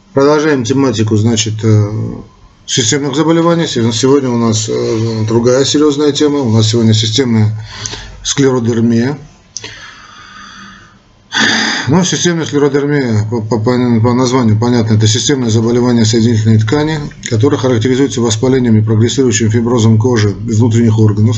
Продолжаем тематику, значит, системных заболеваний. Сегодня у нас другая серьезная тема. У нас сегодня системная склеродермия. Но системная склеродермия, по названию понятно, это системное заболевание соединительной ткани, которое характеризуется воспалением и прогрессирующим фиброзом кожи и внутренних органов.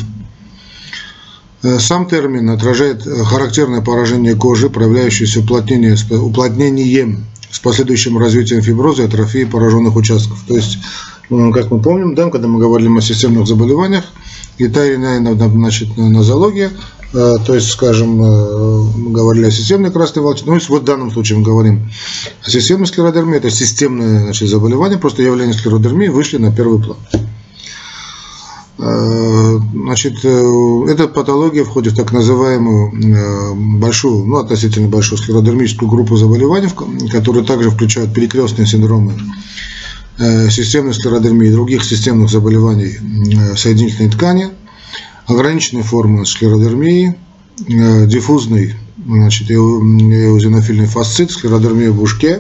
Сам термин отражает характерное поражение кожи, проявляющееся уплотнением с последующим развитием фиброза и атрофии пораженных участков. То есть, как мы помним, да, когда мы говорим о системных заболеваниях, и та или иная, значит, нозология, то есть, скажем, мы говорили о системной красной волчице, ну, вот в данном случае мы говорим о системной склеродермии, это системное, значит, заболевание, просто явления склеродермии вышли на первый план. Значит, эта патология входит в так называемую большую, ну, относительно большую склеродермическую группу заболеваний, которые также включают перекрестные синдромы системной склеродермии и других системных заболеваний соединительной ткани, ограниченной формы склеродермии, диффузный, значит, эозинофильный фасцит, склеродермия в ушке,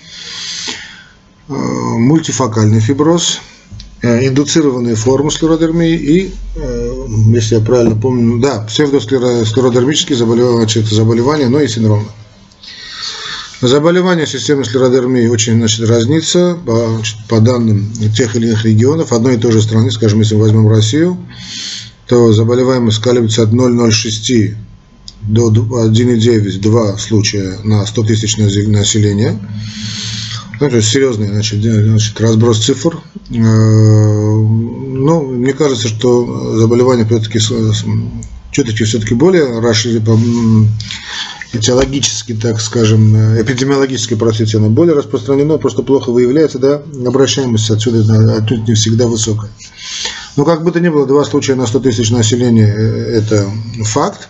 мультифокальный фиброз, индуцированные формы склеродермии и, если я правильно помню, да, псевдосклеродермические заболевания, но и синдромы. Заболевания системы склеродермии очень, значит, разнится по данным тех или иных регионов одной и той же страны. Скажем, если мы возьмем Россию, то заболеваемость колеблется от 0,06 до 1,9-2 случая на 100 тысяч населения. Ну, то есть серьезный, значит, разброс цифр. Но мне кажется, что заболевание все-таки более расширено, этиологически, так скажем, эпидемиологически, простите, оно более распространено, просто плохо выявляется, да, обращаемость отсюда не всегда высокая. Но как бы то ни было, 2 случая на 100 тысяч населения – это факт.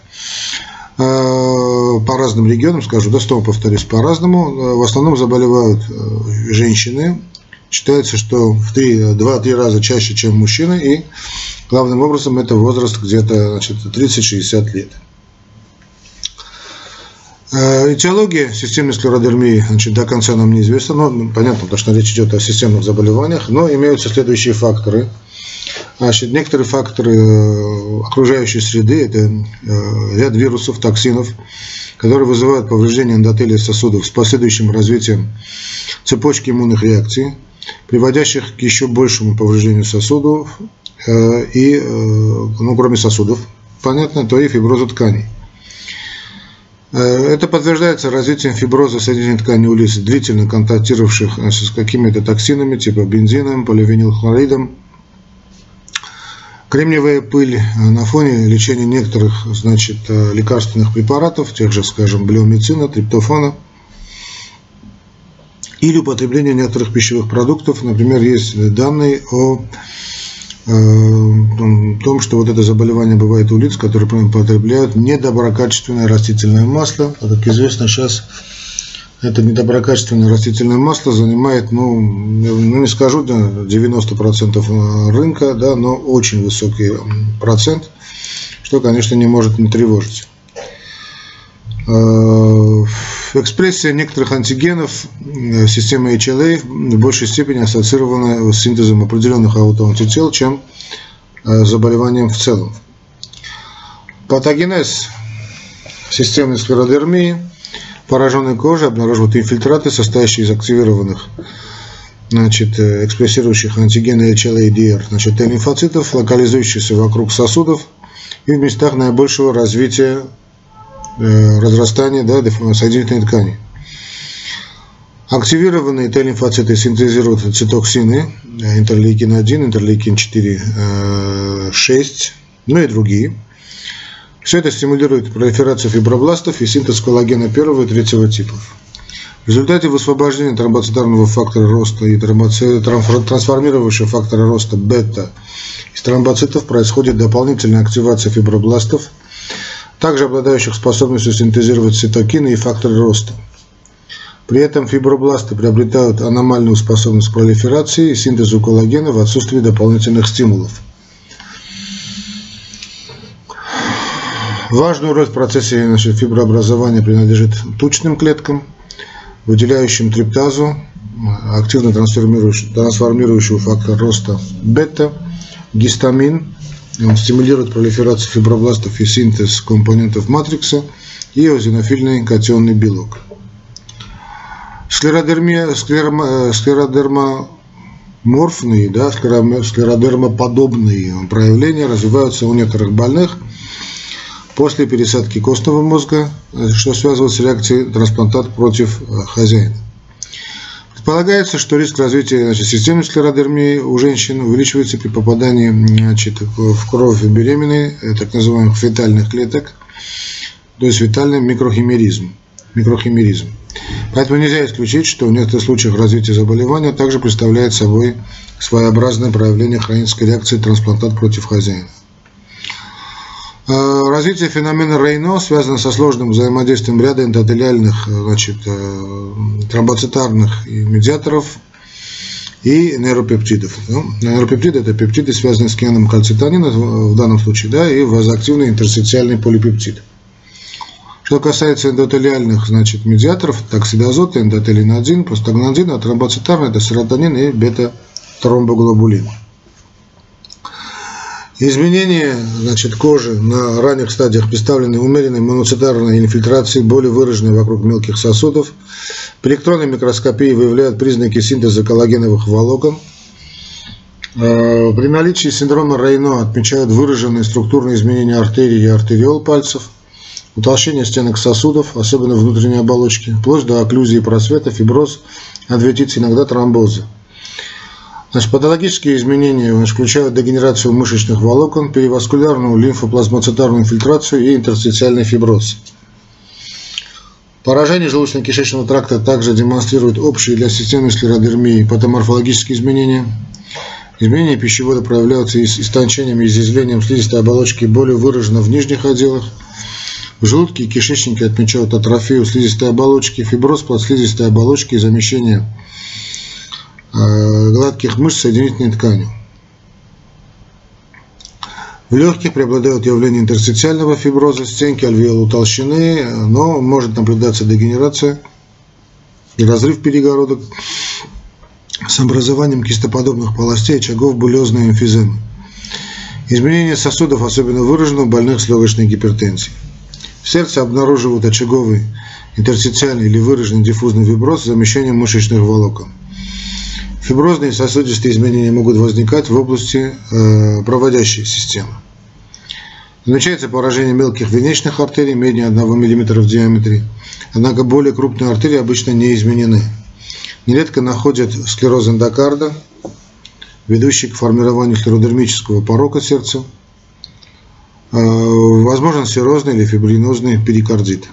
По разным регионам, скажу, да, снова повторюсь, по-разному. В основном заболевают женщины. Считается, что в 2-3 раза чаще, чем мужчины. И главным образом это возраст где-то, значит, 30-60 лет. Этиология системной склеродермии, значит, до конца нам неизвестна. Но понятно, потому что речь идет о системных заболеваниях. Но имеются следующие факторы. Значит, некоторые факторы окружающей среды, это ряд вирусов, токсинов, которые вызывают повреждение эндотелия сосудов с последующим развитием цепочки иммунных реакций, приводящих к еще большему повреждению сосудов и, ну, кроме сосудов, понятно, то и фиброза тканей. Это подтверждается развитием фиброза соединительной ткани у лиц, длительно контактировавших с какими-то токсинами, типа бензином, поливинилхлоридом. Кремниевая пыль на фоне лечения некоторых, значит, лекарственных препаратов, тех же, скажем, блеомицина, триптофана, или употребление некоторых пищевых продуктов. Например, есть данные о том, что вот это заболевание бывает у лиц, которые потребляют недоброкачественное растительное масло. Как известно, сейчас это недоброкачественное растительное масло занимает, ну не скажу, да, 90% рынка, да, но очень высокий процент, что, конечно, не может не тревожить. Экспрессия некоторых антигенов системы HLA в большей степени ассоциирована с синтезом определенных аутоантител, чем с заболеванием в целом. Патогенез системной склеродермии пораженной кожи обнаруживают инфильтраты, состоящие из активированных, значит, экспрессирующих антигены HLA-DR, значит, Т-лимфоцитов, локализующихся вокруг сосудов и в местах наибольшего развития, разрастания, да, соединительной ткани. Активированные Т-лимфоциты синтезируют цитоксины, интерлейкин-1, интерлейкин-4, 6, ну и другие. Все это стимулирует пролиферацию фибробластов и синтез коллагена 1 и 3 типов. В результате высвобождения тромбоцитарного фактора роста и трансформирующего фактора роста бета из тромбоцитов происходит дополнительная активация фибробластов, также обладающих способностью синтезировать цитокины и факторы роста. При этом фибробласты приобретают аномальную способность к пролиферации и синтезу коллагена в отсутствии дополнительных стимулов. Важную роль в процессе, значит, фиброобразования принадлежит тучным клеткам, выделяющим триптазу, активно трансформирующего фактора роста бета, гистамин. Он стимулирует пролиферацию фибробластов и синтез компонентов матрикса, и эозинофильный катионный белок. Склеродермоморфные, склеродермоподобные проявления развиваются у некоторых больных после пересадки костного мозга, что связывается с реакцией трансплантат против хозяина. Предполагается, что риск развития системной склеродермии у женщин увеличивается при попадании в кровь беременной, так называемых фетальных клеток, то есть фетальный микрохимеризм. Поэтому нельзя исключить, что в некоторых случаях развитие заболевания также представляет собой своеобразное проявление хронической реакции трансплантат против хозяина. Развитие феномена Рейно связано со сложным взаимодействием ряда эндотелиальных, тромбоцитарных медиаторов и нейропептидов. Нейропептиды – это пептиды, связанные с геном кальцитонина в данном случае, и вазоактивный интерстициальный полипептид. Что касается эндотелиальных медиаторов, токсидозота, эндотелин-1, простагландин, а тромбоцитарный – это серотонин и бета-тромбоглобулин. Изменения кожи на ранних стадиях представлены умеренной моноцитарной инфильтрацией, более выраженной вокруг мелких сосудов. При электронной микроскопии выявляют признаки синтеза коллагеновых волокон. При наличии синдрома Рейно отмечают выраженные структурные изменения артерий и артериол пальцев, утолщение стенок сосудов, особенно внутренней оболочки, вплоть до окклюзии просвета, фиброз, адвентиции, иногда тромбозы. Патологические изменения включают дегенерацию мышечных волокон, периваскулярную лимфоплазмоцитарную инфильтрацию и интерстициальный фиброз. Поражение желудочно-кишечного тракта также демонстрирует общие для системной склеродермии патоморфологические изменения. Изменения пищевода проявляются истончением и изъязвлением слизистой оболочки, более выражено в нижних отделах. В желудке и кишечнике отмечают атрофию слизистой оболочки, фиброз подслизистой оболочки и замещение гладких мышц соединительной тканью. В легких преобладают явления интерстициального фиброза, стенки альвеол утолщены, но может наблюдаться дегенерация и разрыв перегородок с образованием кистоподобных полостей, очагов булезной эмфиземы. Изменение сосудов особенно выражено у больных с легочной гипертензией. В сердце обнаруживают очаговый интерстициальный или выраженный диффузный фиброз с замещением мышечных волокон. Фиброзные и сосудистые изменения могут возникать в области проводящей системы. Замечается поражение мелких венечных артерий, менее 1 мм в диаметре, однако более крупные артерии обычно не изменены. Нередко находят склероз эндокарда, ведущий к формированию склеродермического порока сердца, возможен серозный или фибринозный перикардиты.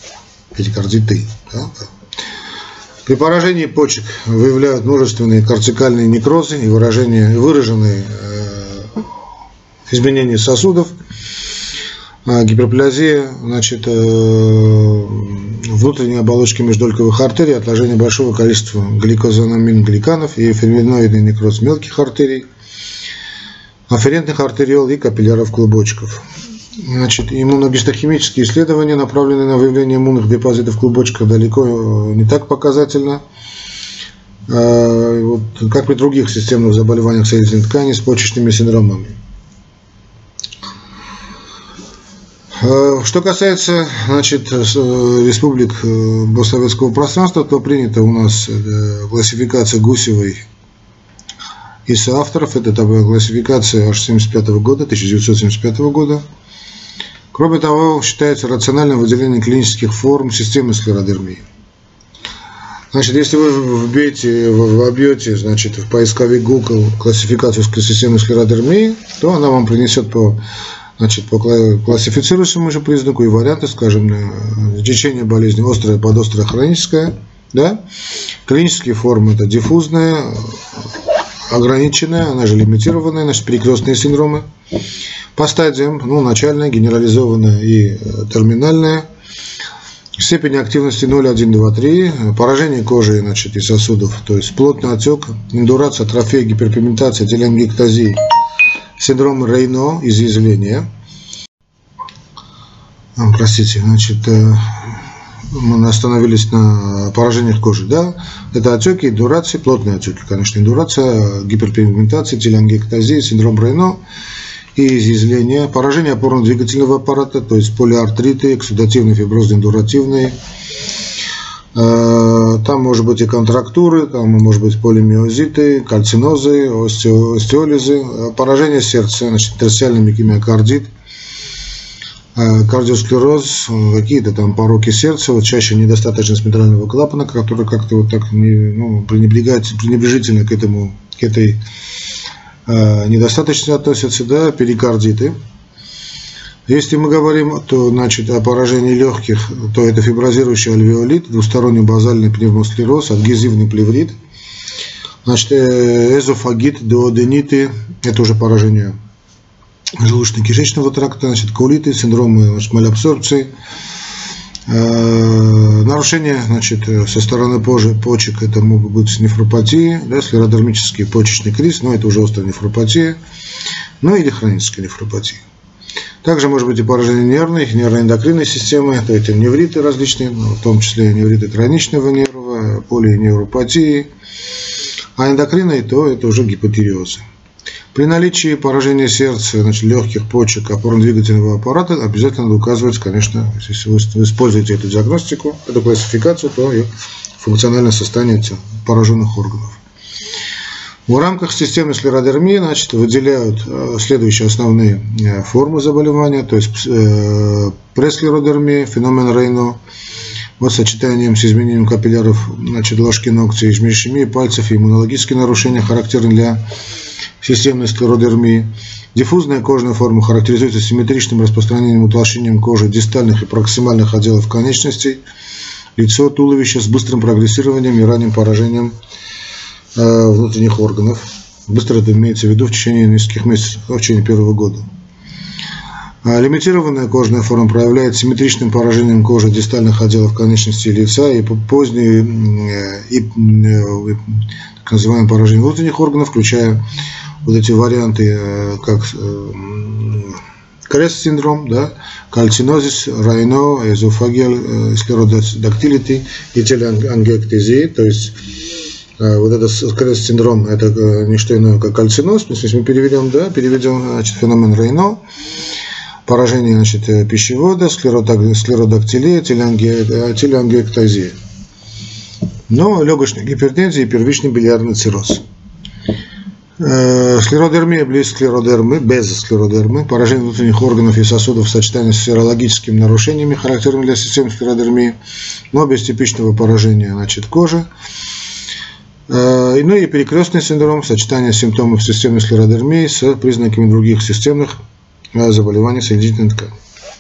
При поражении почек выявляют множественные кортикальные некрозы и выраженные изменения сосудов, гиперплазия, внутренней оболочки междольковых артерий, отложение большого количества гликозанамин-гликанов и ферминоидный некроз мелких артерий, афферентных артериол и капилляров клубочков. Иммуногистохимические исследования, направленные на выявление иммунных депозитов клубочков, далеко не так показательно, как при других системных заболеваниях соединительной ткани с почечными синдромами. Что касается республик постсоветского пространства, то принята у нас классификация Гусевой и соавторов. Это классификация аж 1975 года. Кроме того, считается рациональным выделение клинических форм системы склеродермии. Если вы вбьете в поисковик Google классификацию системы склеродермии, то она вам принесет по классифицирующему же признаку и варианты, скажем, течение болезни острая, подострая, хроническая. Клинические формы – это диффузная, ограниченная, она же лимитированная, перекрестные синдромы. По стадиям, начальная, генерализованная и терминальная. Степень активности 0, 1, 2, 3. Поражение кожи и сосудов, то есть плотный отек, индурация, атрофия, гиперпигментация, телеангиэктазия, синдром Рейно, изъязвление. мы остановились на поражениях кожи, да, это отеки, индурации, плотные отеки, конечно, индурация, гиперпигментация, телеангиэктазия, синдром Рейно и изъязвление, поражение опорно-двигательного аппарата, то есть полиартриты, эксудативный фиброз, индуративный. Там может быть и контрактуры, там может быть полимиозиты, кальцинозы, остеолизы, поражение сердца, значит, интерстиальный миокардит, кардиосклероз, какие-то там пороки сердца, вот чаще недостаточность митрального клапана, который как-то вот так пренебрежительно к этой недостаточности относятся, да, перикардиты. Если мы говорим, то, значит, о поражении легких, то это фиброзирующий альвеолит, двусторонний базальный пневмосклероз, адгезивный плеврит, значит, эзофагит, дуодениты, это уже поражение желудочно-кишечного тракта, значит, колиты, синдромы, значит, малабсорбции, нарушения, значит, со стороны почек, это могут быть нефропатии, да, склеродермический почечный криз, но это уже острая нефропатия, ну или хроническая нефропатия. Также может быть и поражение нервной, нервно-эндокринной системы, то это невриты различные, в том числе невриты тройничного нерва, полиневропатии, а эндокринной, то это уже гипотиреозы. При наличии поражения сердца, значит, легких, почек, опорно-двигательного аппарата обязательно надо указывать, конечно, если вы используете эту диагностику, эту классификацию, то и функциональное состояние этих пораженных органов. В рамках системы склеродермии, значит, выделяют следующие основные формы заболевания, то есть пресклеродермия, феномен Рейно, вот сочетанием с изменением капилляров, значит, ложки ногтя, ишемии пальцев и иммунологические нарушения характерны для системной склеродермии. Диффузная кожная форма характеризуется симметричным распространением утолщением кожи дистальных и проксимальных отделов конечностей, лицо, туловище с быстрым прогрессированием и ранним поражением внутренних органов. Быстро это имеется в виду в течение нескольких месяцев, в течение первого года. Лимитированная кожная форма проявляет симметричным поражением кожи дистальных отделов конечностей лица и позднее так называемое поражение внутренних органов, включая вот эти варианты, как крест-синдром, да, кальцинозис, Райно, эзофагиал, склеродактилити и телеангиэктазия, то есть вот этот крест-синдром, это не что иное, как кальциноз, если мы переведем, значит, феномен Рейно, поражение, значит, пищевода, склеродактилия, телеангиэктазия. Но легочная гипертензия и первичный билиарный цирроз. Склеродермия без склеродермы, поражение внутренних органов и сосудов в сочетании с серологическими нарушениями, характерными для системы склеродермии, но без типичного поражения, значит, кожи. Ну и перекрестный синдром, сочетание симптомов системной склеродермии с признаками других системных заболеваний соединительной ткани.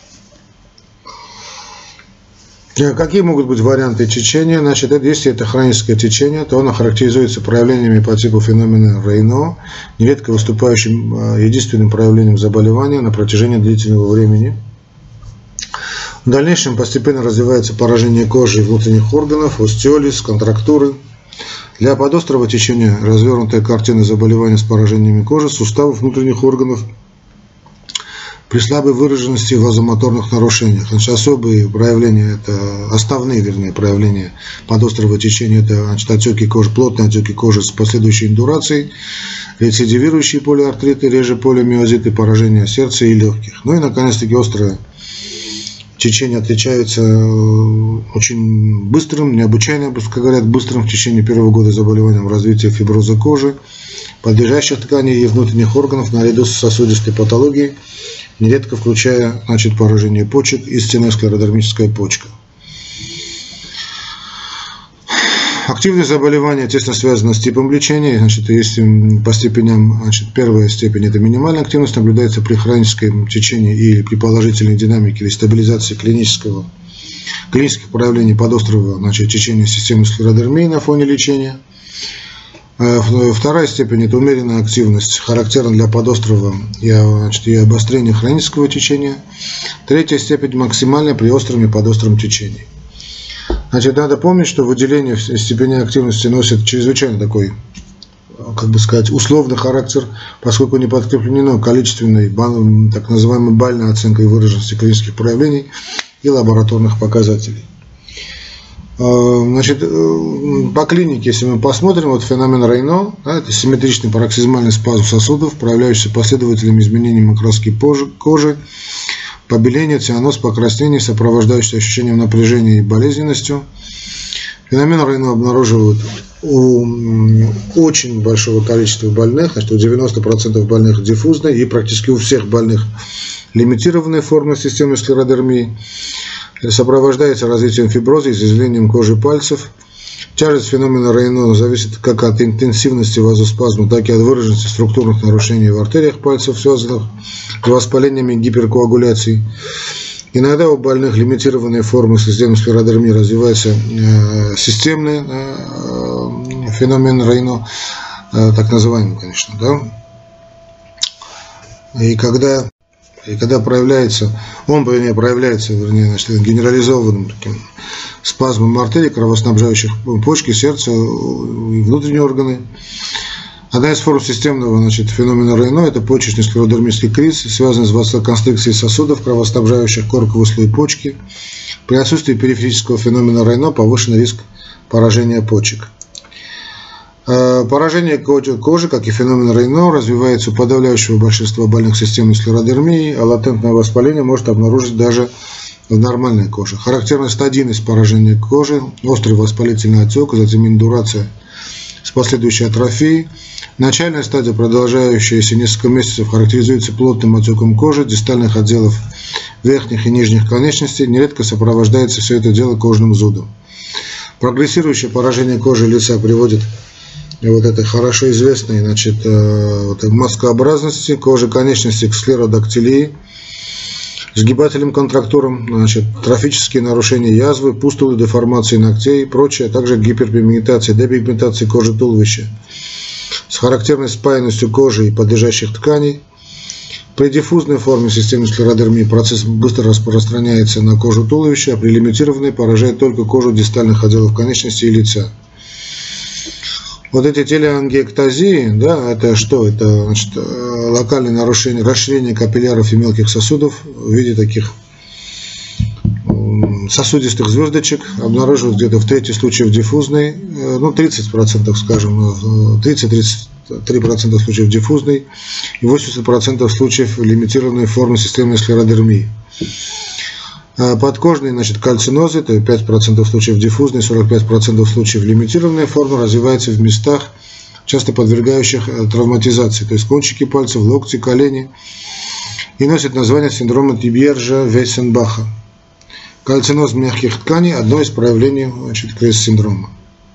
Какие могут быть варианты течения? Значит, если это хроническое течение, то оно характеризуется проявлениями по типу феномена Рейно, нередко выступающим единственным проявлением заболевания на протяжении длительного времени. В дальнейшем постепенно развивается поражение кожи и внутренних органов, остеолиз, контрактуры. Для подострого течения развернутая картина заболевания с поражениями кожи, суставов, внутренних органов, при слабой выраженности вазомоторных нарушениях. Значит, особые проявления, это основные, вернее, проявления подострого течения, это, значит, отеки кожи, плотные отеки кожи с последующей индурацией, рецидивирующие полиартриты, реже полимиозиты, поражения сердца и легких. Ну и, наконец-таки, острое течение отличается очень быстрым, необычайно, как говорят, быстрым в течение первого года заболеванием развития фиброза кожи, подлежащих тканей и внутренних органов наряду с сосудистой патологией, нередко включая, значит, поражение почек и стенная склеродермическая почка. Активное заболевание тесно связано с типом лечения. Значит, если по степеням, значит, первая степень это минимальная активность, наблюдается при хроническом течении или при положительной динамике или стабилизации клинических проявлений подострого, значит, течения системы склеродермии на фоне лечения. Вторая степень это умеренная активность, характерна для подострого и обострения хронического течения. Третья степень максимальная при остром и подостром течении. Значит, надо помнить, что выделение степени активности носит чрезвычайно такой, как бы сказать, условный характер, поскольку не подкреплено количественной, так называемой бальной оценкой выраженности клинических проявлений и лабораторных показателей. Значит, по клинике, если мы посмотрим, вот феномен Рейно, да, это симметричный пароксизмальный спазм сосудов, проявляющийся последовательными изменениями окраски кожи, побеление, цианоз, покраснение, сопровождающееся ощущением напряжения и болезненностью. Феномен Рейно обнаруживают у очень большого количества больных, значит, у 90% больных диффузной и практически у всех больных лимитированной формы системной склеродермии. Сопровождается развитием фиброза и изъязвлением кожи пальцев. Тяжесть феномена Рейно зависит как от интенсивности вазоспазма, так и от выраженности структурных нарушений в артериях пальцев, связанных с воспалениями и гиперкоагуляцией. Иногда у больных лимитированной формы системной склеродермии развивается системный феномен Рейно, так называемый, конечно, да. И когда проявляется, значит, генерализованным таким спазмом артерий, кровоснабжающих почки, сердце и внутренние органы. Одна из форм системного, значит, феномена Рейно – это почечный склеродермический криз, связанный с васоконстрикцией сосудов, кровоснабжающих корковый слой почки. При отсутствии периферического феномена Рейно повышенный риск поражения почек. Поражение кожи, как и феномен Рейно, развивается у подавляющего большинства больных системной склеродермии, а латентное воспаление может обнаружить даже в нормальной коже. Характерна стадийность поражения кожи, острый воспалительный отек, затем индурация с последующей атрофией. Начальная стадия, продолжающаяся несколько месяцев, характеризуется плотным отеком кожи, дистальных отделов верхних и нижних конечностей, нередко сопровождается все это дело кожным зудом. Прогрессирующее поражение кожи лица приводит вот этой хорошо известной, значит, маскообразности кожи конечности к склеродактилии, сгибательным контрактурам, значит, трофические нарушения язвы, пустулы, деформации ногтей и прочее, а также гиперпигментация, депигментация кожи туловища с характерной спаянностью кожи и подлежащих тканей. При диффузной форме системы склеродермии процесс быстро распространяется на кожу туловища, а при лимитированной поражает только кожу дистальных отделов конечности и лица. Вот эти телеангиэктазии, да, это что? Это, значит, локальное нарушение, расширение капилляров и мелких сосудов в виде таких сосудистых звездочек. Обнаруживают где-то в трети случаев диффузной, ну 30%, скажем, 30-33% случаев диффузной и 80% случаев лимитированной формы системной склеродермии. Подкожные, значит, кальцинозы, это 5% случаев диффузной, 45% случаев лимитированной формы, развивается в местах, часто подвергающих травматизации, то есть кончики пальцев, локти, колени, и носит название синдрома Тибьержа-Вейсенбаха. Кальциноз мягких тканей – одно из проявлений, значит, крест-синдрома.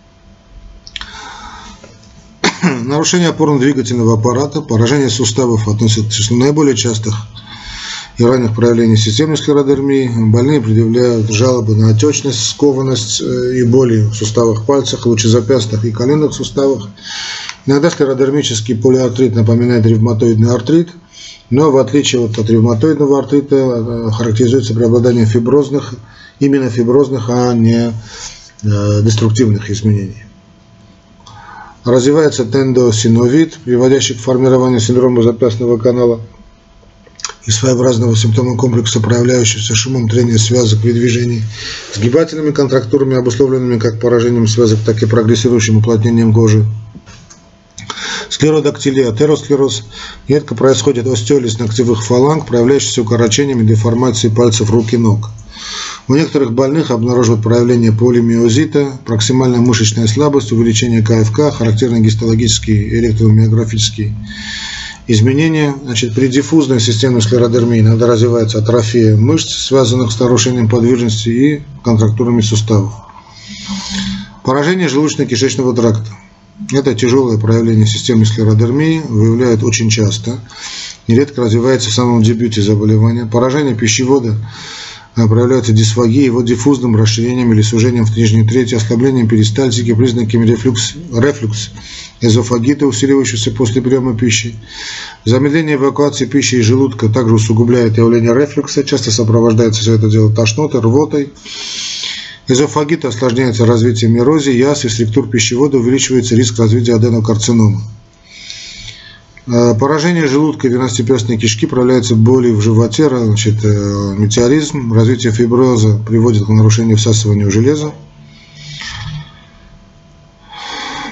Нарушение опорно-двигательного аппарата, поражение суставов относятся к числу наиболее частых и ранних проявлений системной склеродермии. Больные предъявляют жалобы на отечность, скованность и боли в суставах пальцев, лучезапястных и коленных суставах. Иногда склеродермический полиартрит напоминает ревматоидный артрит, но в отличие от ревматоидного артрита характеризуется преобладанием фиброзных, именно фиброзных, а не деструктивных изменений. Развивается тендосиновит, приводящий к формированию синдрома запястного канала и своеобразного симптома комплекса, проявляющегося шумом трения связок при движении, сгибательными контрактурами, обусловленными как поражением связок, так и прогрессирующим уплотнением кожи. Склеродактилия, атеросклероз. Нередко происходит остеолиз ногтевых фаланг, проявляющийся укорочением и деформацией пальцев рук и ног. У некоторых больных обнаруживают проявление полимиозита, проксимальная мышечная слабость, увеличение КФК, характерные гистологические и электромиографические изменения. Значит, при диффузной системной склеродермии иногда развивается атрофия мышц, связанных с нарушением подвижности и контрактурами суставов. Поражение желудочно-кишечного тракта. Это тяжелое проявление системной склеродермии, выявляют очень часто, нередко развивается в самом дебюте заболевания. Поражение пищевода проявляется дисфагией, его диффузным расширением или сужением в нижней трети, ослаблением перистальтики, признаками рефлюкс эзофагита, усиливающегося после приема пищи. Замедление эвакуации пищи из желудка также усугубляет явление рефлюкса, часто сопровождается все это дело тошнотой, рвотой. Эзофагит осложняется развитием эрозии, язв и структур пищевода, увеличивается риск развития аденокарцинома. Поражение желудка и двенадцатиперстной кишки проявляется болью в животе, значит, метеоризм, развитие фиброза приводит к нарушению всасывания железа.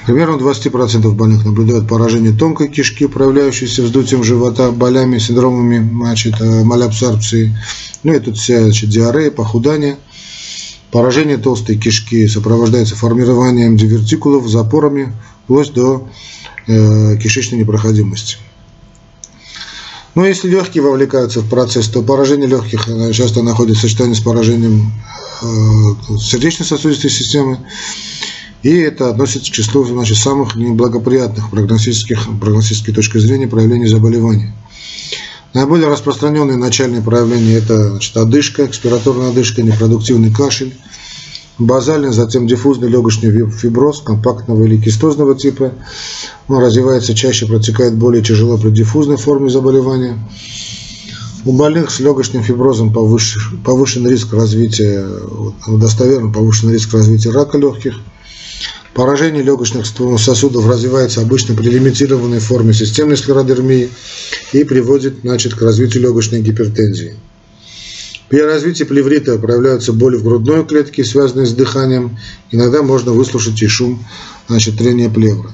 Примерно 20% больных наблюдают поражение тонкой кишки, проявляющееся вздутием живота, болями, синдромами малабсорбции. Ну и тут вся диарея, похудание. Поражение толстой кишки сопровождается формированием дивертикулов, запорами, вплоть до кишечной непроходимости. Но если легкие вовлекаются в процесс, то поражение легких часто находится в сочетании с поражением сердечно-сосудистой системы. И это относится к числу самых неблагоприятных прогностической точки зрения проявлений заболевания. Наиболее распространенные начальные проявления – это одышка, экспираторная одышка, непродуктивный кашель, базальный, затем диффузный легочный фиброз компактного или кистозного типа. Он развивается чаще, протекает более тяжело при диффузной форме заболевания. У больных с легочным фиброзом повышен риск развития, достоверно повышен риск развития рака легких. Поражение легочных сосудов развивается обычно при лимитированной форме системной склеродермии и приводит к развитию легочной гипертензии. При развитии плеврита проявляются боли в грудной клетке, связанные с дыханием. Иногда можно выслушать и шум трения плевры.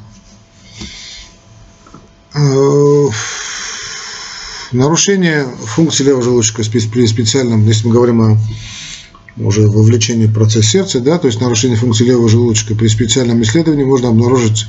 Нарушение функции левого желудочка при специальном, если мы говорим о уже вовлечении в процесс сердца, да, то есть нарушение функции левого желудочка при специальном исследовании можно обнаружить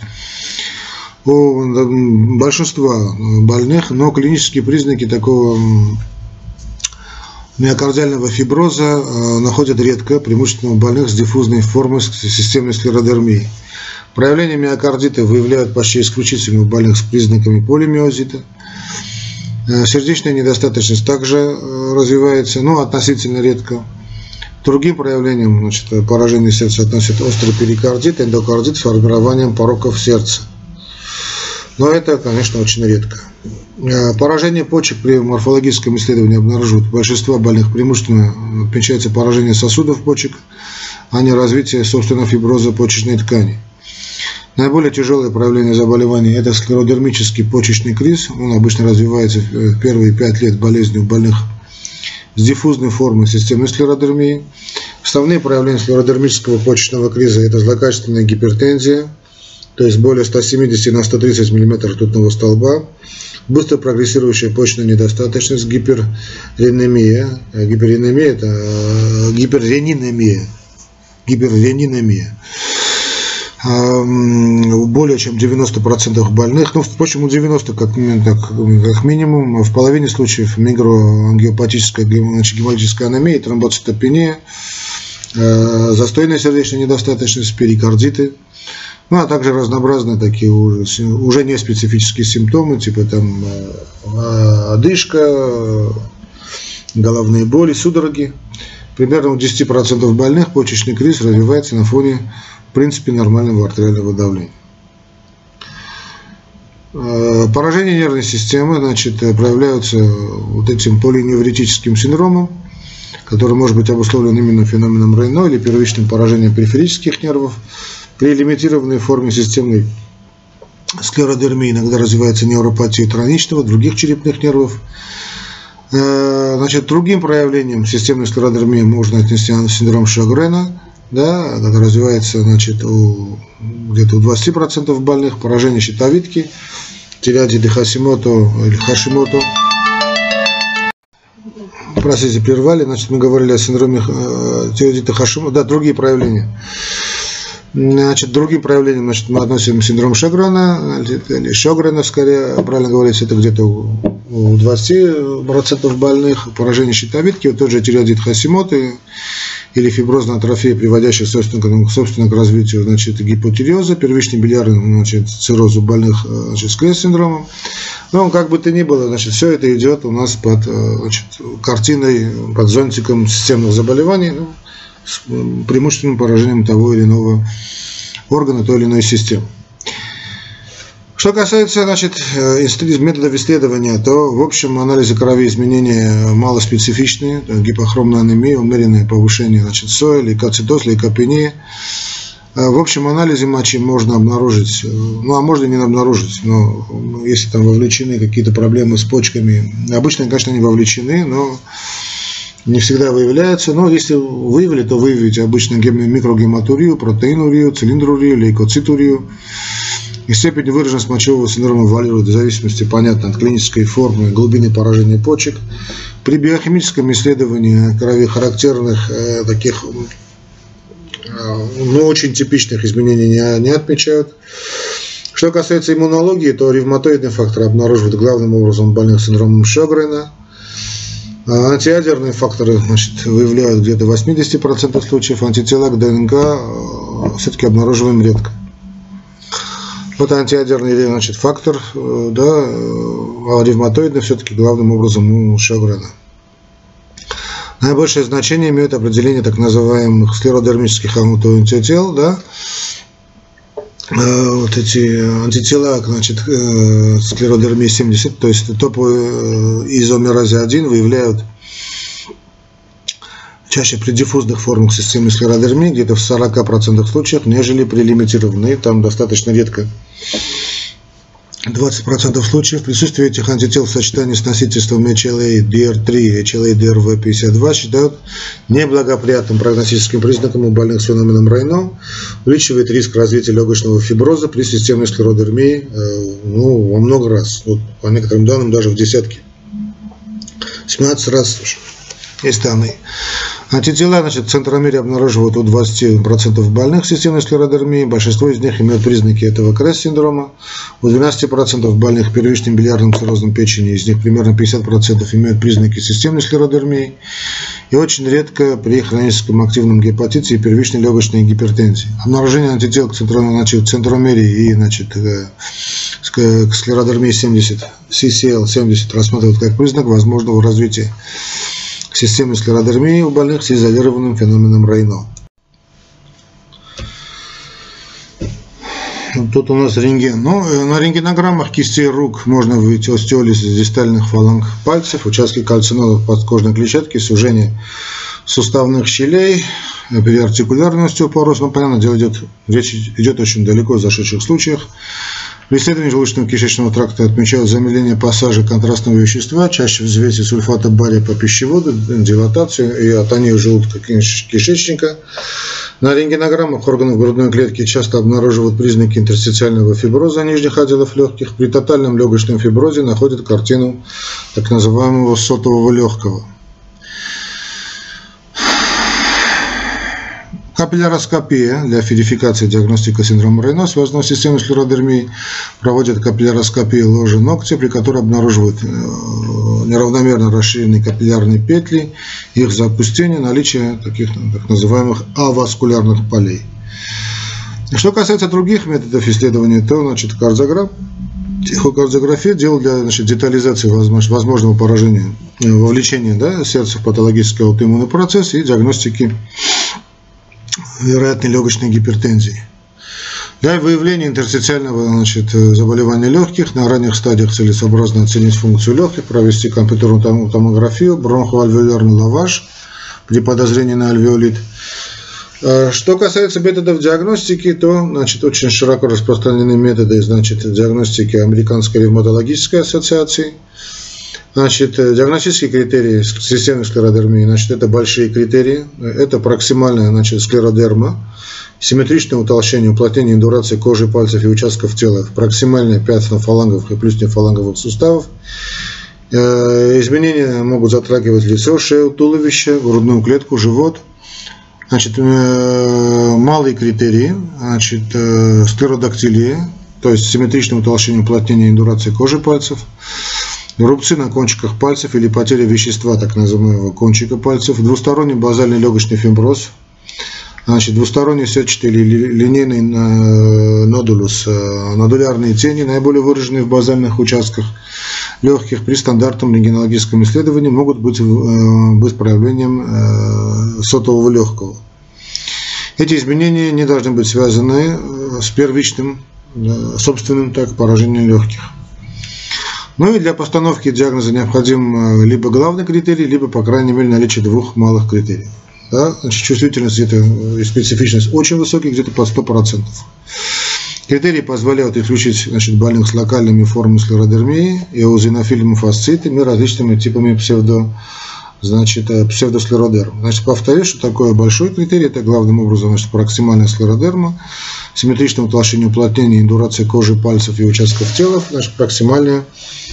у большинства больных, но клинические признаки такого миокардиального фиброза находят редко, преимущественно у больных с диффузной формой системной склеродермии. Проявления миокардита выявляют почти исключительно у больных с признаками полимиозита. Сердечная недостаточность также развивается, но относительно редко. К другим проявлениям поражения сердца относят острый перикардит, эндокардит с формированием пороков сердца. Но это, конечно, очень редко. Поражение почек при морфологическом исследовании обнаруживают у большинства больных, преимущественно отмечается поражение сосудов почек, а не развитие собственного фиброза почечной ткани. Наиболее тяжелое проявление заболевания – это склеродермический почечный криз. Он обычно развивается в первые 5 лет болезни у больных с диффузной формой системной склеродермии. Основные проявления склеродермического почечного криза – это злокачественная гипертензия, то есть более 170 на 130 мм ртутного столба, быстро прогрессирующая почечная недостаточность, гиперренемия. Гиперренемия – это гиперренинемия. Более чем 90% больных, ну, впрочем, у 90% как минимум, в половине случаев микроангиопатическая гемолитическая анемия, тромбоцитопения, застойная сердечная недостаточность, перикардиты, ну, а также разнообразные такие уже не специфические симптомы, типа там одышка, головные боли, судороги. Примерно у 10% больных почечный криз развивается на фоне в принципе нормального артериального давления. Поражение нервной системы проявляются вот этим полиневритическим синдромом, который может быть обусловлен именно феноменом Рейно или первичным поражением периферических нервов. При лимитированной форме системной склеродермии иногда развивается невропатия троничного, других черепных нервов. Другим проявлением системной склеродермии можно отнести синдром Шогрена, да, это развивается где-то у 20% больных, поражение щитовидки, тиреоидиты Хашимото или Хашимото. Простите, прервали, мы говорили о синдроме тиреоидита Хашимото, да, другие проявления. Другим проявлением мы относим синдром Шогрена, или Шогрена, скорее, правильно говорить, это где-то у 20% больных, поражение щитовидки, вот тот же тиреоидит Хашимото или фиброзная атрофия, приводящая собственно к развитию гипотиреоза, первичный билиарный цирроз у больных с КС-синдромом. Но как бы то ни было, все это идет у нас под картиной, под зонтиком системных заболеваний, с преимущественным поражением того или иного органа, той или иной системы. Что касается методов исследования, то в общем анализы крови изменения малоспецифичные, гипохромная анемия, умеренное повышение СОЭ, лейкоцитоз, лейкопения. В общем анализе мочи можно обнаружить, ну а можно и не обнаружить, но если там вовлечены какие-то проблемы с почками, обычно, конечно, они вовлечены, но не всегда выявляются, но если выявили, то выявить обычно микрогематурию, протеинурию, цилиндрурию, лейкоцитурию. И степень выраженности мочевого синдрома варьирует в зависимости, понятно, от клинической формы и глубины поражения почек. При биохимическом исследовании крови характерных таких, но очень типичных изменений не отмечают. Что касается иммунологии, то ревматоидный фактор обнаруживают главным образом больных синдромом Сёгрена. Антиядерные факторы, значит, выявляют где-то в 80% случаев, антитела к ДНК все-таки обнаруживаем редко. Вот антиядерный, значит, фактор, да, а ревматоидный все-таки главным образом у Сёгрена. Наибольшее значение имеет определение так называемых склеродермических антител, да. Вот эти антитела, значит, склеродермии 70, то есть топоизомеразе 1 выявляют чаще при диффузных формах системной склеродермии, где-то в 40% случаев, нежели при лимитированной, там достаточно редко. 20% случаев присутствие этих антител в сочетании с носительством HLA-DR3 и HLA-DRV52 считают неблагоприятным прогностическим признаком у больных с феноменом Райно, увеличивает риск развития легочного фиброза при системной склеродермии во много раз, вот, по некоторым данным даже в десятки, 17 раз есть данные. Антитела, значит, в центромере обнаруживают у 20% больных с системной склеродермией, большинство из них имеют признаки этого КРЭС-синдрома, у 12% больных первичным билиарным циррозом печени, из них примерно 50% имеют признаки системной склеродермии, и очень редко при хроническом активном гепатите и первичной легочной гипертензии. Обнаружение антител к центромере и, значит, к склеродермии 70, CCL70 рассматривают как признак возможного развития системы склеродермии у больных с изолированным феноменом Райно. Тут у нас рентген. На рентгенограммах кистей рук можно выявить остеолиз дистальных фаланг пальцев, участки кальцинозов подкожной клетчатки, сужение суставных щелей, периартикулярный остеопороз. Понятное дело, речь идет очень далеко в зашедших случаях. При исследовании желудочно-кишечного тракта отмечают замедление пассажа контрастного вещества, чаще в взвесе сульфата бария по пищеводу, дилатацию и атонию желудка кишечника. На рентгенограммах органов грудной клетки часто обнаруживают признаки интерстициального фиброза нижних отделов легких. При тотальном легочном фиброзе находят картину так называемого сотового легкого. Капилляроскопия для верификации диагностики синдрома Райно, связанного с системой склеродермии, проводят капилляроскопию ложа ногтя, при которой обнаруживают неравномерно расширенные капиллярные петли, их запустение, наличие таких так называемых аваскулярных полей. Что касается других методов исследования, то, значит, эхокардиография дело для, значит, детализации возможного поражения, вовлечения, да, сердца в патологический аутоиммунный процесс и диагностики вероятной легочной гипертензии. Для выявления интерстициального, значит, заболевания легких на ранних стадиях целесообразно оценить функцию легких, провести компьютерную томографию, бронхоальвеолярный лаваж при подозрении на альвеолит. Что касается методов диагностики, то, значит, очень широко распространены методы, значит, диагностики Американской ревматологической ассоциации. Значит, диагностические критерии системной склеродермии, значит, это большие критерии, это проксимальная, значит, склеродерма, симметричное утолщение, уплотнение индурации кожи, пальцев и участков тела, проксимальные пятна фаланговых и плюснефаланговых суставов. Изменения могут затрагивать лицо, шею, туловище, грудную клетку, живот. Значит, малые критерии, значит, склеродактилия, то есть симметричное утолщение, уплотнение индурации кожи, пальцев. Рубцы на кончиках пальцев или потеря вещества, так называемого кончика пальцев, двусторонний базальный легочный фиброз, значит, двусторонний сетчатый или линейный нодулус, нодулярные тени, наиболее выраженные в базальных участках легких при стандартном рентгенологическом исследовании, могут быть проявлением сотового легкого. Эти изменения не должны быть связаны с первичным, собственным поражением легких. Ну и для постановки диагноза необходим либо главный критерий, либо, по крайней мере, наличие двух малых критериев. Да? Значит, чувствительность где-то и специфичность очень высокие, где-то под 100%. Критерии позволяют исключить, значит, больных с локальными формами склеродермии, эозинофильными фасцитами, различными типами значит, псевдосклеродерма. Значит, повторюсь, что такое большой критерий, это главным образом, значит, проксимальная склеродерма, симметричное утолщение, уплотнение, индурация кожи, пальцев и участков тела, значит, проксимальная,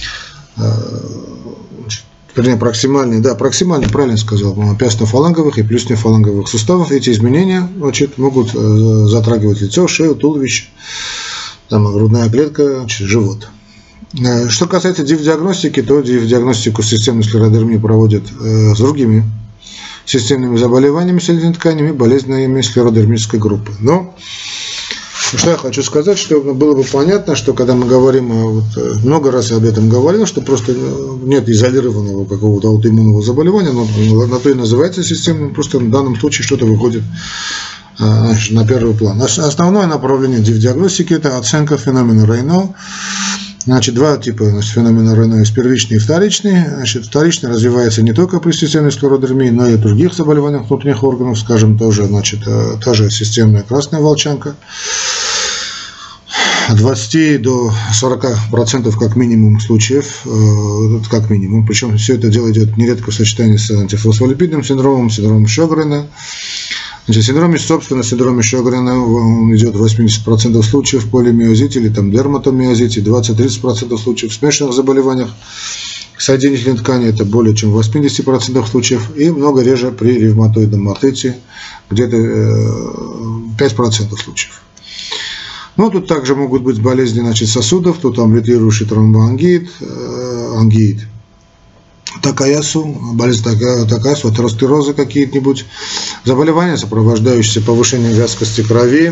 проксимальный, правильно сказал, пястно-фаланговых и плюснефаланговых суставов. Эти изменения, значит, могут затрагивать лицо, шею, туловище, там, грудная клетка, значит, живот. Что касается диф-диагностики, то диф-диагностику системной склеродермии проводят с другими системными заболеваниями соединительной ткани и болезнями склеродермической группы. Но что я хочу сказать, что было бы понятно, что когда мы говорим, много раз я об этом говорил, что просто нет изолированного какого-то аутоиммунного заболевания, но на то и называется системным, просто в данном случае что-то выходит на первый план. Основное направление диф-диагностики – это оценка феномена Рейно. Значит, два типа, значит, феномена Рейно есть первичный и вторичный. Значит, вторичный развивается не только при системной склеродермии, но и в других заболеваниях внутренних органов, скажем, тоже, значит, та же системная красная волчанка. От 20 до 40% как минимум случаев, как минимум, причем все это дело идет нередко в сочетании с антифосфолипидным синдромом, синдромом Шогрена. Значит, синдроме Шогрена он идет в 80% случаев в полимиозите или там дерматомиозите, 20-30% случаев в смешанных заболеваниях соединительной ткани, это более чем в 80% случаев, и много реже при ревматоидном артрите, где-то 5% случаев. Ну, тут также могут быть болезни, значит, сосудов, тут амблирующий тромбоангит, ангиит Такаясу, болезнь Такаясу, атеросклерозы какие-нибудь, заболевания, сопровождающиеся повышением вязкости крови,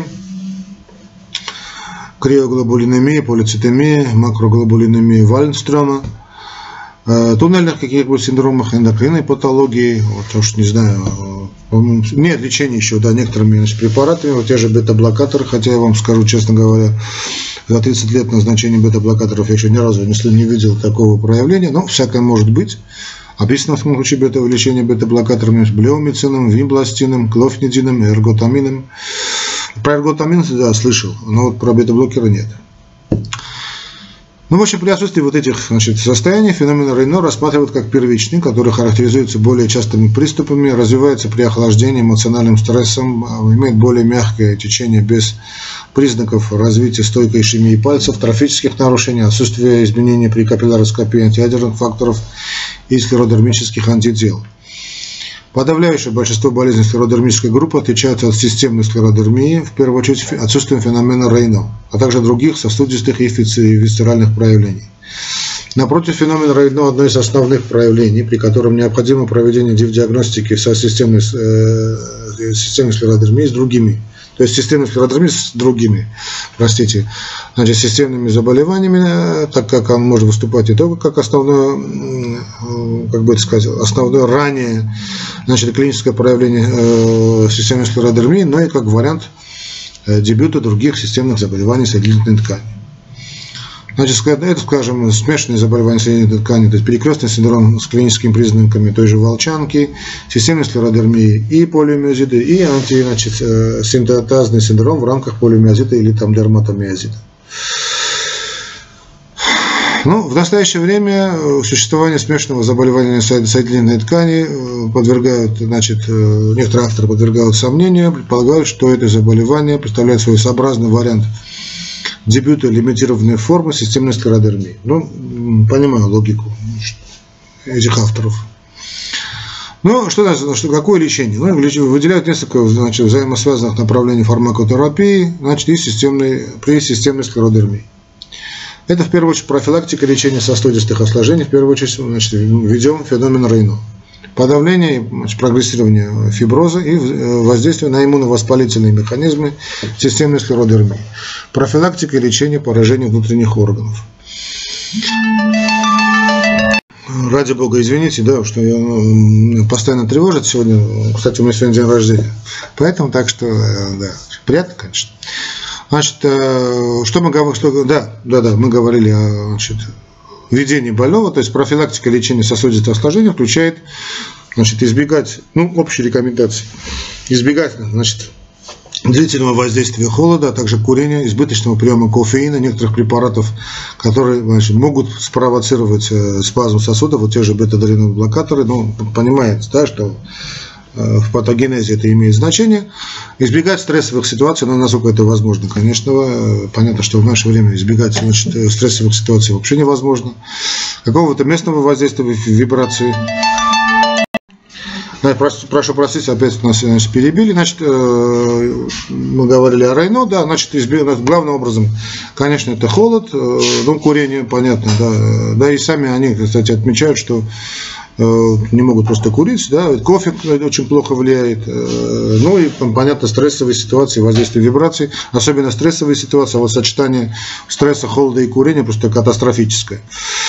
криоглобулинемия, полицитемия, макроглобулинемия Вальнстрёма, туннельных каких-нибудь синдромах, эндокринной патологии, вот уж не знаю, нет лечения еще, да, некоторыми, значит, препаратами, вот те же бета-блокаторы, хотя я вам скажу, честно говоря, за 30 лет назначения бета-блокаторов я еще ни разу не видел такого проявления, но всякое может быть. Описано в случае лечения бета-блокаторами с блеомицином, вимбластином, клофнидином, эрготамином. Про эрготамин, да, слышал, но вот про бета-блокеры нет. Ну, в общем, при отсутствии вот этих, значит, состояний феномен Рейно рассматривают как первичный, который характеризуется более частыми приступами, развивается при охлаждении, эмоциональным стрессом, имеет более мягкое течение без признаков развития стойкой ишемии пальцев, трофических нарушений, отсутствие изменений при капилляроскопии антиядерных факторов и склеродермических антител. Подавляющее большинство болезней склеродермической группы отличаются от системной склеродермии, в первую очередь отсутствием феномена Рейно, а также других сосудистых и висцеральных проявлений. Напротив, феномен Рейно – одно из основных проявлений, при котором необходимо проведение диф-диагностики со системной склеродермией с другими, то есть системной склеродермией с другими, значит, системными заболеваниями, так как он может выступать не только как основное, как бы это сказать, основное ранее, значит, клиническое проявление системной склеродермии, но и как вариант дебюта других системных заболеваний соединительной ткани. Значит, это, скажем, смешанные заболевания соединительной ткани, то есть перекрестный синдром с клиническими признаками той же волчанки, системной склеродермии и полиомиозита, и антисинтетазный синдром в рамках полиомиозита или там дерматомиозита. Ну, в настоящее время существование смешанного заболевания соединительной ткани подвергают, значит, некоторые авторы подвергают сомнению, предполагают, что это заболевание представляет свой своеобразный вариант дебюта лимитированной формы системной склеродермии. Ну, понимаю логику этих авторов. Ну, какое лечение? Ну, выделяют несколько, значит, взаимосвязанных направлений фармакотерапии, значит, при системной склеродермии. Это, в первую очередь, профилактика лечения сосудистых осложнений, в первую очередь, значит, введем феномен Рейно. Подавление, значит, прогрессирования фиброза и воздействие на иммуновоспалительные механизмы системной склеродермии. Профилактика и лечение поражений внутренних органов. Ради бога, извините, да, что я постоянно тревожит сегодня. Кстати, у меня сегодня день рождения. Поэтому, так что, да, приятно, конечно. Значит, что мы говорили, мы говорили о, значит, введении больного, то есть профилактика лечения сосудистых осложнений включает, значит, избегать, ну, общие рекомендации, избегать, значит, длительного воздействия холода, а также курения, избыточного приема кофеина, некоторых препаратов, которые, значит, могут спровоцировать спазм сосудов, вот те же бета-адреновые блокаторы. Ну, понимаете, да, что в патогенезе это имеет значение. Избегать стрессовых ситуаций, ну, насколько это возможно, конечно. Понятно, что в наше время избегать, значит, стрессовых ситуаций вообще невозможно. Какого-то местного воздействия, вибрации. Прошу простить, опять нас, значит, перебили. Значит, мы говорили о Райно, да, значит, главным образом, конечно, это холод, ну, курение, понятно, да, да, и сами они, кстати, отмечают, что не могут просто курить, да, кофе очень плохо влияет, ну и, понятно, стрессовые ситуации, воздействие вибраций, особенно стрессовые ситуации, а вот сочетание стресса, холода и курения просто катастрофическое.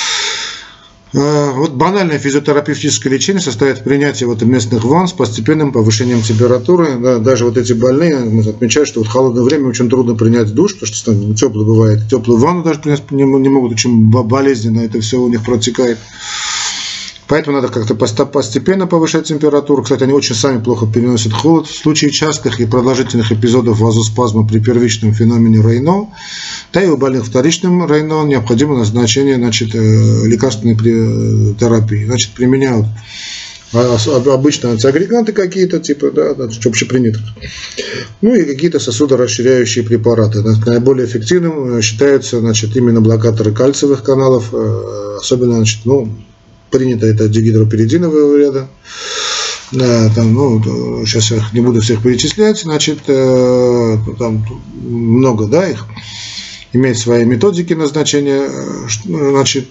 Вот банальное физиотерапевтическое лечение состоит в принятии вот местных ванн с постепенным повышением температуры. Да, даже вот эти больные отмечают, что вот в холодное время очень трудно принять душ, потому что теплый бывает. Теплую ванну даже принять не могут, очень болезненно это все у них протекает. Поэтому надо как-то постепенно повышать температуру. Кстати, они очень сами плохо переносят холод. В случае частых и продолжительных эпизодов вазоспазма при первичном феномене Райно, да и у больных вторичным Райно необходимо назначение, значит, лекарственной терапии. Значит, применяют обычно антиагреганты какие-то, типа, да, общепринятых. Ну и какие-то сосудорасширяющие препараты. Наиболее эффективным считаются, значит, именно блокаторы кальциевых каналов, особенно, значит, ну, принято это дигидропиридинового ряда. Да, там, ну, сейчас я не буду всех перечислять, значит, там много, да, их. Имеет свои методики назначения. Значит,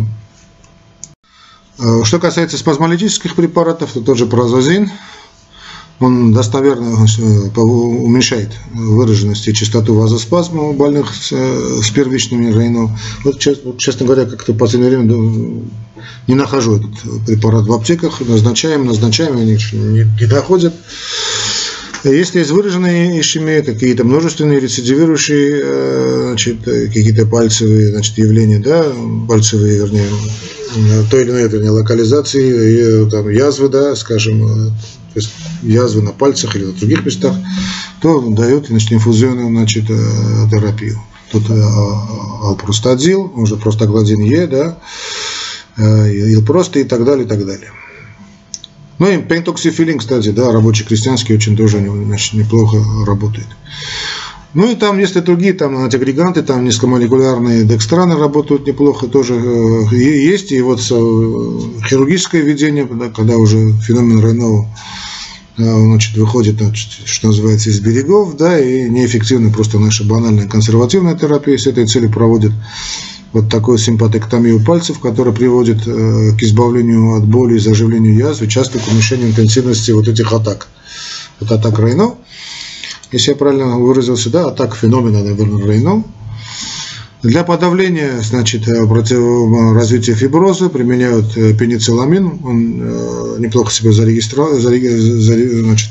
что касается спазмолитических препаратов, то тот же прозазин, он достоверно уменьшает выраженность и частоту вазоспазма у больных с первичными Райно. Вот, честно говоря, как-то в последнее время не нахожу этот препарат в аптеках, назначаем, они не доходят. Если есть выраженные ишемии, какие-то множественные рецидивирующие, значит, какие-то пальцевые, значит, явления, да, пальцевые, вернее, той или иной, вернее, локализации, там, язвы, да, скажем, то есть язвы на пальцах или на других местах, то дают, значит, инфузионную, значит, терапию. Тут алпростадил, он же простагладин Е, да, илпрост и так далее, и так далее. Ну и пентоксифилин, кстати, да, рабочий крестьянский очень тоже, значит, неплохо работает. Ну и там, если другие там антиагреганты, там низкомолекулярные декстраны работают неплохо, тоже есть. И вот хирургическое введение, когда уже феномен Райно, значит, выходит, значит, что называется, из берегов, да, и неэффективна просто наша банальная консервативная терапия с этой целью проводит вот такую симпатэктомию пальцев, которая приводит к избавлению от боли и заживлению язвы, часто к уменьшению интенсивности вот этих атак. Вот атак Райно, если я правильно выразился, да, атак феномена, наверное, Райно. Для подавления, значит, развития фиброза применяют пеницилламин, он неплохо себя зарегистрировал, значит,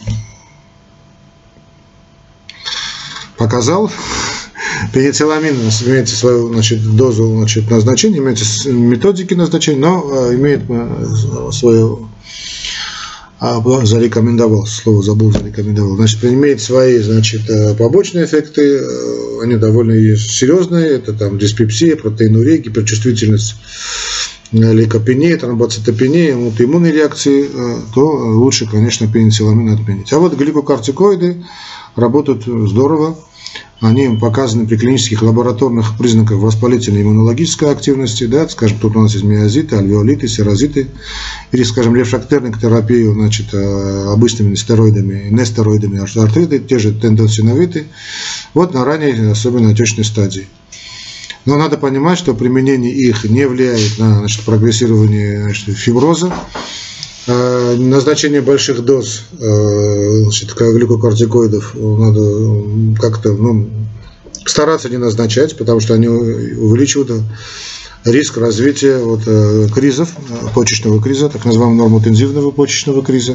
показал. Пеницилламин имеет свою, значит, дозу, значит, назначения, имеет методики назначения, но имеет свою, зарекомендовал, слово забыл, зарекомендовал, значит, имеет свои, значит, побочные эффекты, они довольно серьезные, это там диспепсия, протеинурия, гиперчувствительность, лейкопения, тромбоцитопения, аутоиммунные реакции, то лучше, конечно, пеницилламин отменить. А вот гликокортикоиды работают здорово. Они показаны при клинических лабораторных признаках воспалительной иммунологической активности, да, скажем, тут у нас есть миозиты, альвеолиты, серозиты, или, скажем, рефрактерной терапию, значит, обычными стероидами, нестероидами, артриты, те же тенденсиновиты, вот на ранней, особенно отечной стадии. Но надо понимать, что применение их не влияет на, значит, прогрессирование, значит, фиброза. Назначение больших доз, значит, глюкокортикоидов надо как-то, ну, стараться не назначать, потому что они увеличивают риск развития вот, кризов, почечного криза, так называемого нормотензивного почечного криза.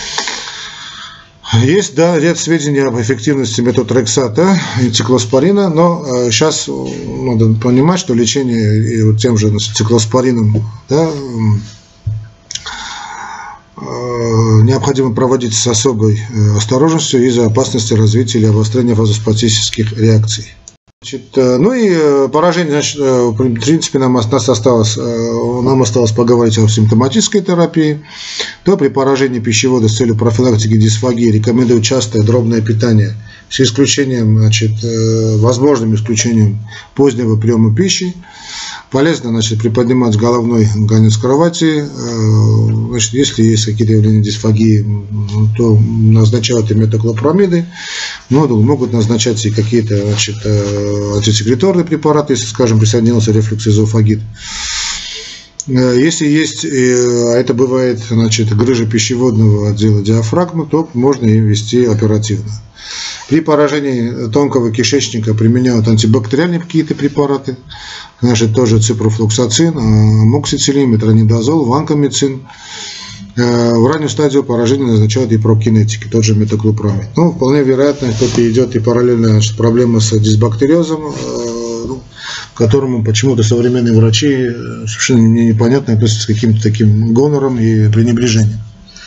Есть, да, ряд сведений об эффективности метотрексата и циклоспорина, но сейчас надо понимать, что лечение и вот тем же, значит, циклоспорином, да, необходимо проводить с особой осторожностью из-за опасности развития или обострения вазоспастических реакций. Значит, ну и поражение, значит, в принципе, нам осталось поговорить о симптоматической терапии. То при поражении пищевода с целью профилактики дисфагии рекомендую частое дробное питание с исключением, значит, возможным исключением позднего приема пищи. Полезно, значит, приподнимать головной конец кровати. Значит, если есть какие-то явления дисфагии, то назначают и метоклопрамиды. Но могут назначать и какие-то, значит, антисекреторные препараты, если, скажем, присоединился рефлюкс-эзофагит. Если есть, а это бывает, значит, грыжа пищеводного отдела диафрагмы, то можно и ввести оперативно. При поражении тонкого кишечника применяют антибактериальные какие-то препараты, значит, тоже ципрофлоксацин, амоксициллин, метронидазол, ванкомицин. В раннюю стадию поражения назначают и прокинетики, тот же метоклопрамид. Ну, вполне вероятно, тут идет и параллельно, значит, проблема с дисбактериозом, к которому почему-то современные врачи совершенно непонятно относятся с каким-то таким гонором и пренебрежением.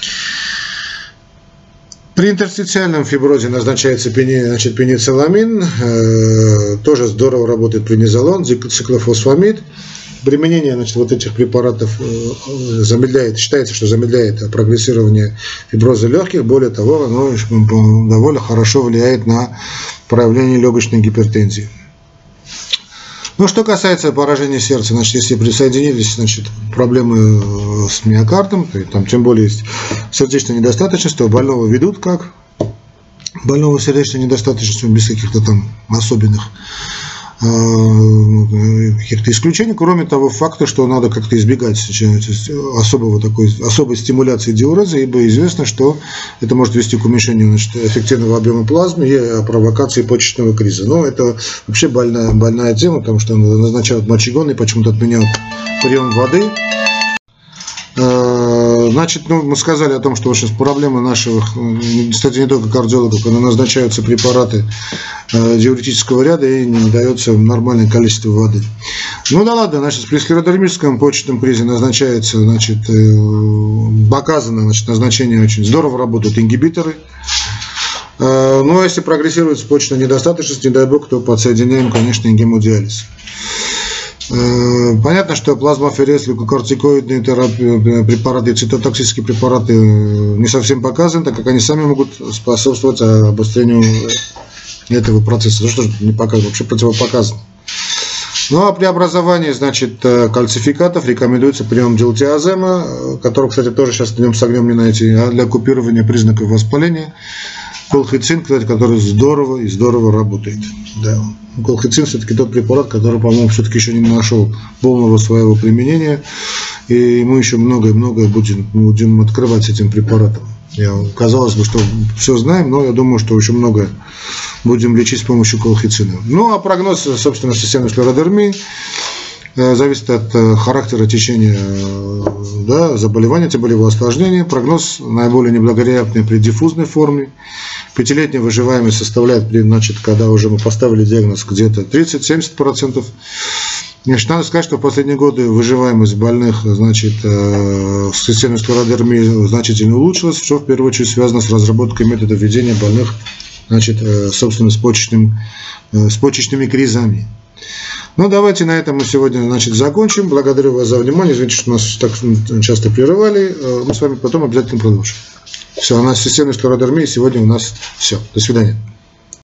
При интерстициальном фиброзе назначается пеницилламин, тоже здорово работает преднизолон, циклофосфамид. Применение, значит, вот этих препаратов считается, что замедляет прогрессирование фиброза легких. Более того, оно довольно хорошо влияет на проявление легочной гипертензии. Ну, что касается поражения сердца, значит, если присоединились, значит, проблемы с миокардом, там, тем более есть сердечная недостаточность, то больного ведут как больного сердечной недостаточностью без каких-то там особенных каких-то исключений, кроме того факта, что надо как-то избегать особой стимуляции диуреза, ибо известно, что это может вести к уменьшению, значит, эффективного объема плазмы и провокации почечного криза. Но это вообще больная тема, потому что назначают мочегонные, почему-то отменяют прием воды. Значит, ну, мы сказали о том, что сейчас проблема наших, кстати, не только кардиологов, но назначаются препараты диуретического ряда и не дается нормальное количество воды. Ну да ладно, значит, при склеродермическом почечном кризе назначается, значит, показано, значит, назначение очень здорово работают ингибиторы. Ну а если прогрессирует почечная недостаточность, не дай бог, то подсоединяем, конечно, и гемодиализ. Понятно, что плазмоферез, глюкокортикоидные препараты, цитотоксические препараты не совсем показаны, так как они сами могут способствовать обострению этого процесса. Ну что же не показано, вообще противопоказано. Ну а при образовании, значит, кальцификатов рекомендуется прием дилтиазема, которого, кстати, тоже сейчас днем с огнем не найти, а для купирования признаков воспаления. Колхицин, кстати, который здорово работает. Да. Колхицин все-таки тот препарат, который, по-моему, все-таки еще не нашел полного своего применения. И мы еще многое будем открывать с этим препаратом. Казалось бы, что все знаем, но я думаю, что еще многое будем лечить с помощью колхицина. Ну, а прогноз, собственно, системной склеродермии зависит от характера течения, да, заболевания, тем более его осложнения. Прогноз наиболее неблагоприятный при диффузной форме. 5-летняя выживаемость составляет, значит, когда уже мы поставили диагноз, где-то 30-70%. Значит, надо сказать, что в последние годы выживаемость больных, значит, с системной склеродермией значительно улучшилась, что в первую очередь связано с разработкой метода ведения больных, значит, собственно, с почечными кризами. Ну, давайте на этом мы сегодня, значит, закончим. Благодарю вас за внимание. Извините, что нас так часто прерывали. Мы с вами потом обязательно продолжим. Все, у нас системная склеродермия. Сегодня у нас все. До свидания.